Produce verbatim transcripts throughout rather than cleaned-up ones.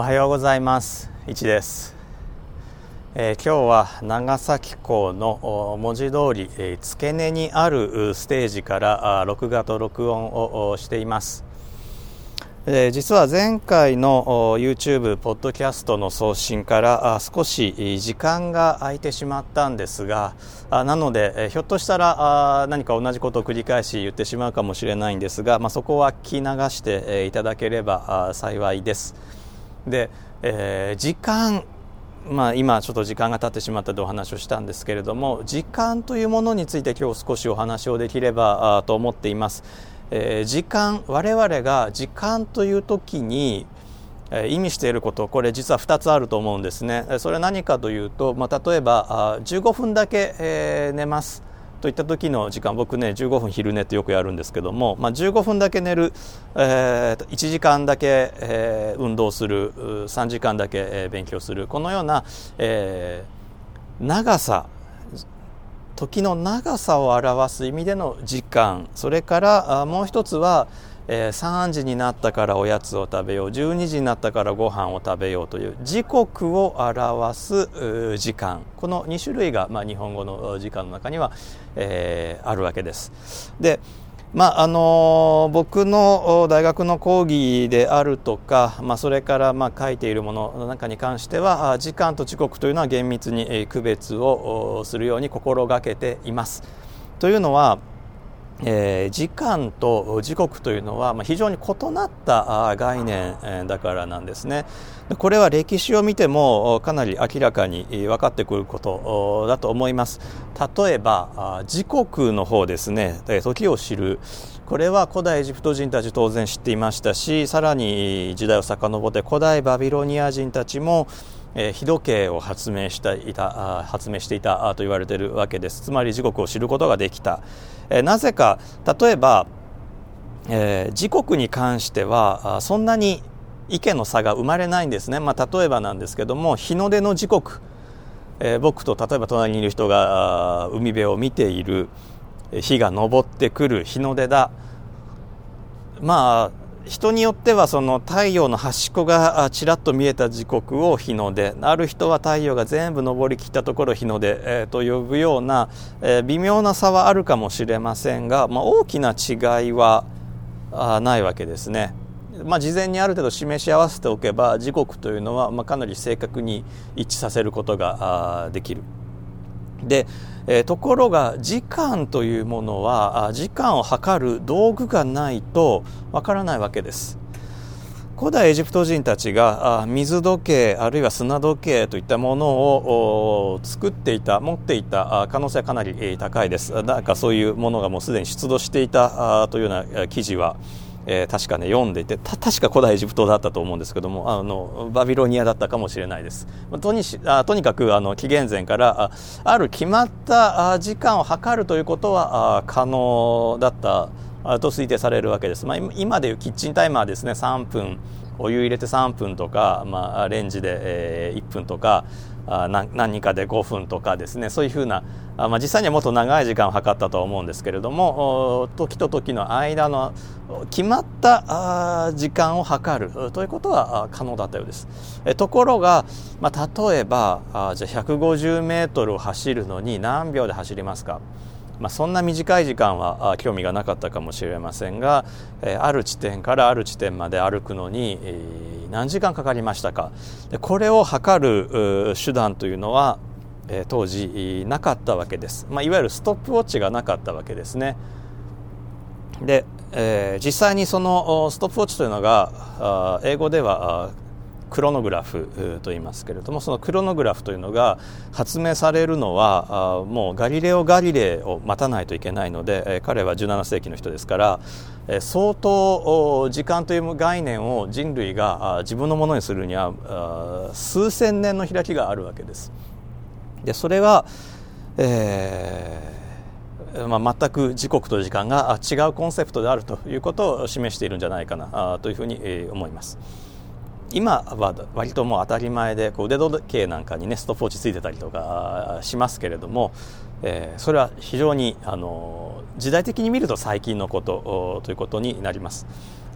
おはようございます。いちです。えー、今日は長崎港の文字通り、えー、付け根にあるステージから録画と録音をしています。えー、実は前回の YouTube ポッドキャストの送信から少し時間が空いてしまったんですが、なのでひょっとしたら何か同じことを繰り返し言ってしまうかもしれないんですが、まあ、そこは聞き流していただければ幸いです。で、えー、時間まあ、今ちょっと時間が経ってしまったとお話をしたんですけれども、時間というものについて今日少しお話をできればと思っています。えー、時間、我々が時間という時に意味していること、これ実はふたつあると思うんですね。それは何かというと、まあ、例えばじゅうごふんだけ、えー、寝ますといった時の時間、僕ねじゅうごふん昼寝ってよくやるんですけども、まあ、じゅうごふんだけ寝る、えー、いちじかんだけ、えー、運動する、さんじかんだけ、えー、勉強する、このような、えー、長さ、時の長さを表す意味での時間、それからもう一つは、えー、さんじになったからおやつを食べよう、じゅうにじになったからご飯を食べようという時刻を表す時間、このに種類が、まあ、日本語の時間の中には、えー、あるわけです。で、まああのー、僕の大学の講義であるとか、まあ、それからまあ書いているものの中に関しては、時間と時刻というのは厳密に区別をするように心がけています。というのは、えー、時間と時刻というのは、まあ、非常に異なった概念だからなんですね。これは歴史を見てもかなり明らかに分かってくることだと思います。例えば時刻の方ですね、時を知る、これは古代エジプト人たち当然知っていましたし、さらに時代を遡って古代バビロニア人たちも日時計を発明していた発明していたと言われているわけです。つまり時刻を知ることができた。なぜか、例えば、えー、時刻に関してはそんなに意見の差が生まれないんですね。まあ、例えばなんですけども、日の出の時刻、えー、僕と例えば隣にいる人が海辺を見ている、日が昇ってくる、日の出だ。まあ人によってはその太陽の端っこがちらっと見えた時刻を日の出、ある人は太陽が全部昇りきったところを日の出、えー、と呼ぶような、えー、微妙な差はあるかもしれませんが、まあ、大きな違いはないわけですね。まあ、事前にある程度示し合わせておけば時刻というのはまあかなり正確に一致させることができる。で、えー、ところが時間というものは時間を測る道具がないとわからないわけです。古代エジプト人たちが水時計あるいは砂時計といったものを作っていた持っていた可能性はかなり高いです。なんかそういうものがもうすでに出土していたというような記事はえー、確かね読んでいて、た確か古代エジプトだったと思うんですけども、あのバビロニアだったかもしれないです。とにしあとにかくあの紀元前からあある決まった時間を測るということはあ可能だったと推定されるわけです。まあ、今でいうキッチンタイマーですね、さんぷんお湯入れてさんぷんとか、まあ、レンジで、えー、いっぷんとかあ 何, 何かでごふんとかですね、そういうふうなあ、まあ、実際にはもっと長い時間を測ったとは思うんですけれども、時と時の間の決まったあ時間を測るということは可能だったようです。えところが、まあ、例えばあじゃあひゃくごじゅうメートルを走るのに何秒で走りますか。まあ、そんな短い時間は興味がなかったかもしれませんが、ある地点からある地点まで歩くのに何時間かかりましたか。これを測る手段というのは当時なかったわけです。まあ、いわゆるストップウォッチがなかったわけですね。で、えー、実際にそのストップウォッチというのが英語ではクロノグラフと言いますけれども、そのクロノグラフというのが発明されるのはもうガリレオ・ガリレイを待たないといけないので、彼はじゅうななせいきの人ですから、相当時間という概念を人類が自分のものにするには数千年の開きがあるわけです。でそれは、えーまあ、全く時刻と時間が違うコンセプトであるということを示しているんじゃないかなというふうに思います。今は割ともう当たり前で、こう腕時計なんかにねストップウォッチついてたりとかしますけれども、えー、それは非常にあの時代的に見ると最近のことということになります。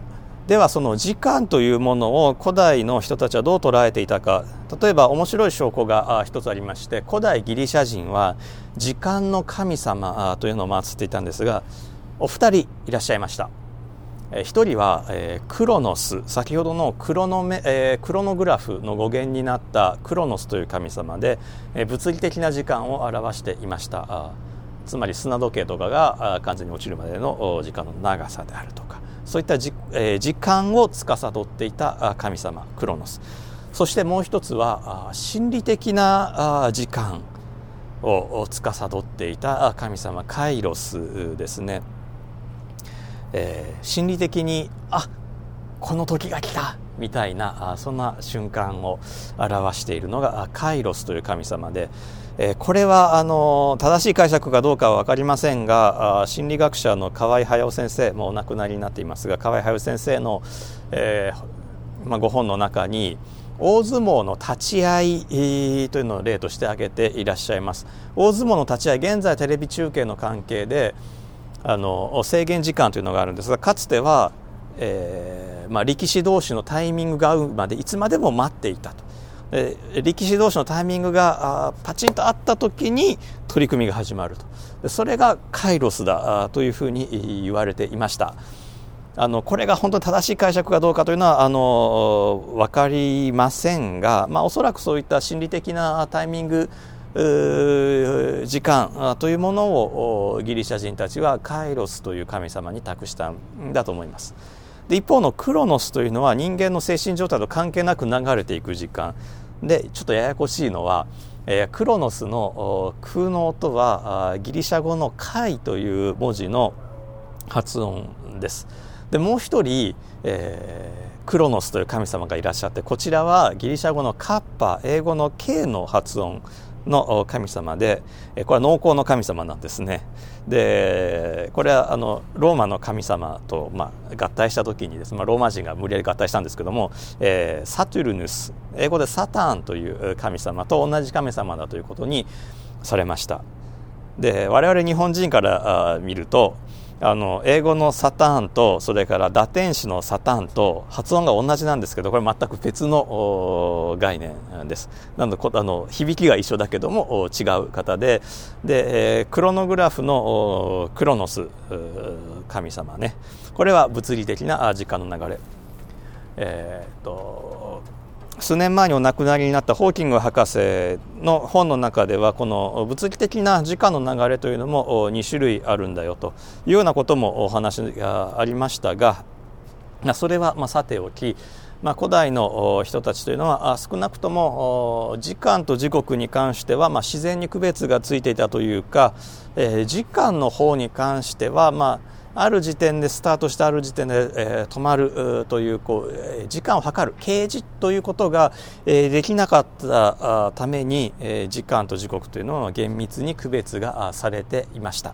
ではその時間というものを古代の人たちはどう捉えていたか。例えば面白い証拠が一つありまして、古代ギリシャ人は時間の神様というのを祀っていたんですが、お二人いらっしゃいました。一人はクロノス、先ほどのクロノメ、えー、クロノグラフの語源になったクロノスという神様で、物理的な時間を表していました。つまり砂時計とかが完全に落ちるまでの時間の長さであるとか、そういったじ、えー、時間を司っていた神様クロノス。そしてもう一つは心理的な時間を司っていた神様カイロスですね。えー、心理的にあこの時が来たみたいなそんな瞬間を表しているのがカイロスという神様で、えー、これはあの正しい解釈かどうかは分かりませんが、心理学者の河合駿先生、もうお亡くなりになっていますが、河合駿先生の、えーまあ、ご本の中に大相撲の立ち合いというのを例として挙げていらっしゃいます。大相撲の立ち合い、現在テレビ中継の関係であの制限時間というのがあるんですが、かつては、えーまあ、力士同士のタイミングが合うまでいつまでも待っていたと。で力士同士のタイミングがパチンと合った時に取り組みが始まると。でそれがカイロスだというふうに言われていました。あのこれが本当に正しい解釈かどうかというのはあの分かりませんが、まあ、おそらくそういった心理的なタイミング時間というものをギリシャ人たちはカイロスという神様に託したんだと思います。で一方のクロノスというのは人間の精神状態と関係なく流れていく時間で、ちょっとややこしいのは、えー、クロノスの空の音はギリシャ語のカイという文字の発音です。でもう一人、えー、クロノスという神様がいらっしゃって、こちらはギリシャ語のカッパ、英語の K の発音の神様で、これは農耕の神様なんですね。でこれはあのローマの神様と、まあ、合体した時にですね、まあ、ローマ人が無理やり合体したんですけども、えー、サトゥルヌス、英語でサターンという神様と同じ神様だということにされました。で我々日本人から見ると、あの英語のサターンとそれから打天使のサターンと発音が同じなんですけど、これ全く別の概念です。なのであの響きが一緒だけども違う方で、で、えー、クロノグラフのクロノス神様ね、これは物理的な時間の流れ、えー、っと数年前にお亡くなりになったホーキング博士の本の中では、この物理的な時間の流れというのもに種類あるんだよというようなこともお話がありましたが、それはまあさておき、まあ、古代の人たちというのは少なくとも時間と時刻に関してはまあ自然に区別がついていたというか、えー、時間の方に関してはまあある時点でスタートしてある時点で、えー、止まるという、こう、えー、時間を計る計時ということが、えー、できなかったために、えー、時間と時刻というのは厳密に区別がされていました。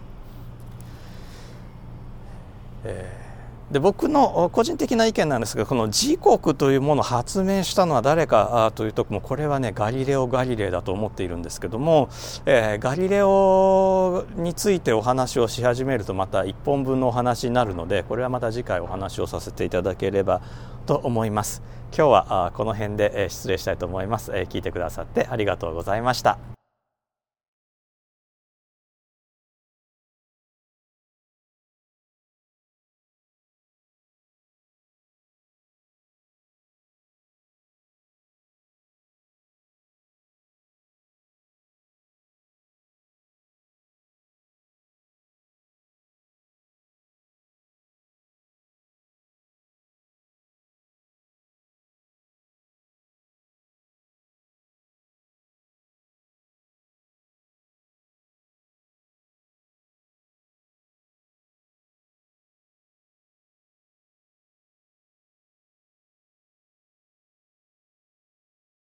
えーで僕の個人的な意見なんですが、この時刻というものを発明したのは誰かというとも、これはねガリレオ・ガリレイだと思っているんですけども、えー、ガリレオについてお話をし始めるとまた一本分のお話になるので、これはまた次回お話をさせていただければと思います。今日はこの辺で失礼したいと思います。聞いてくださってありがとうございました。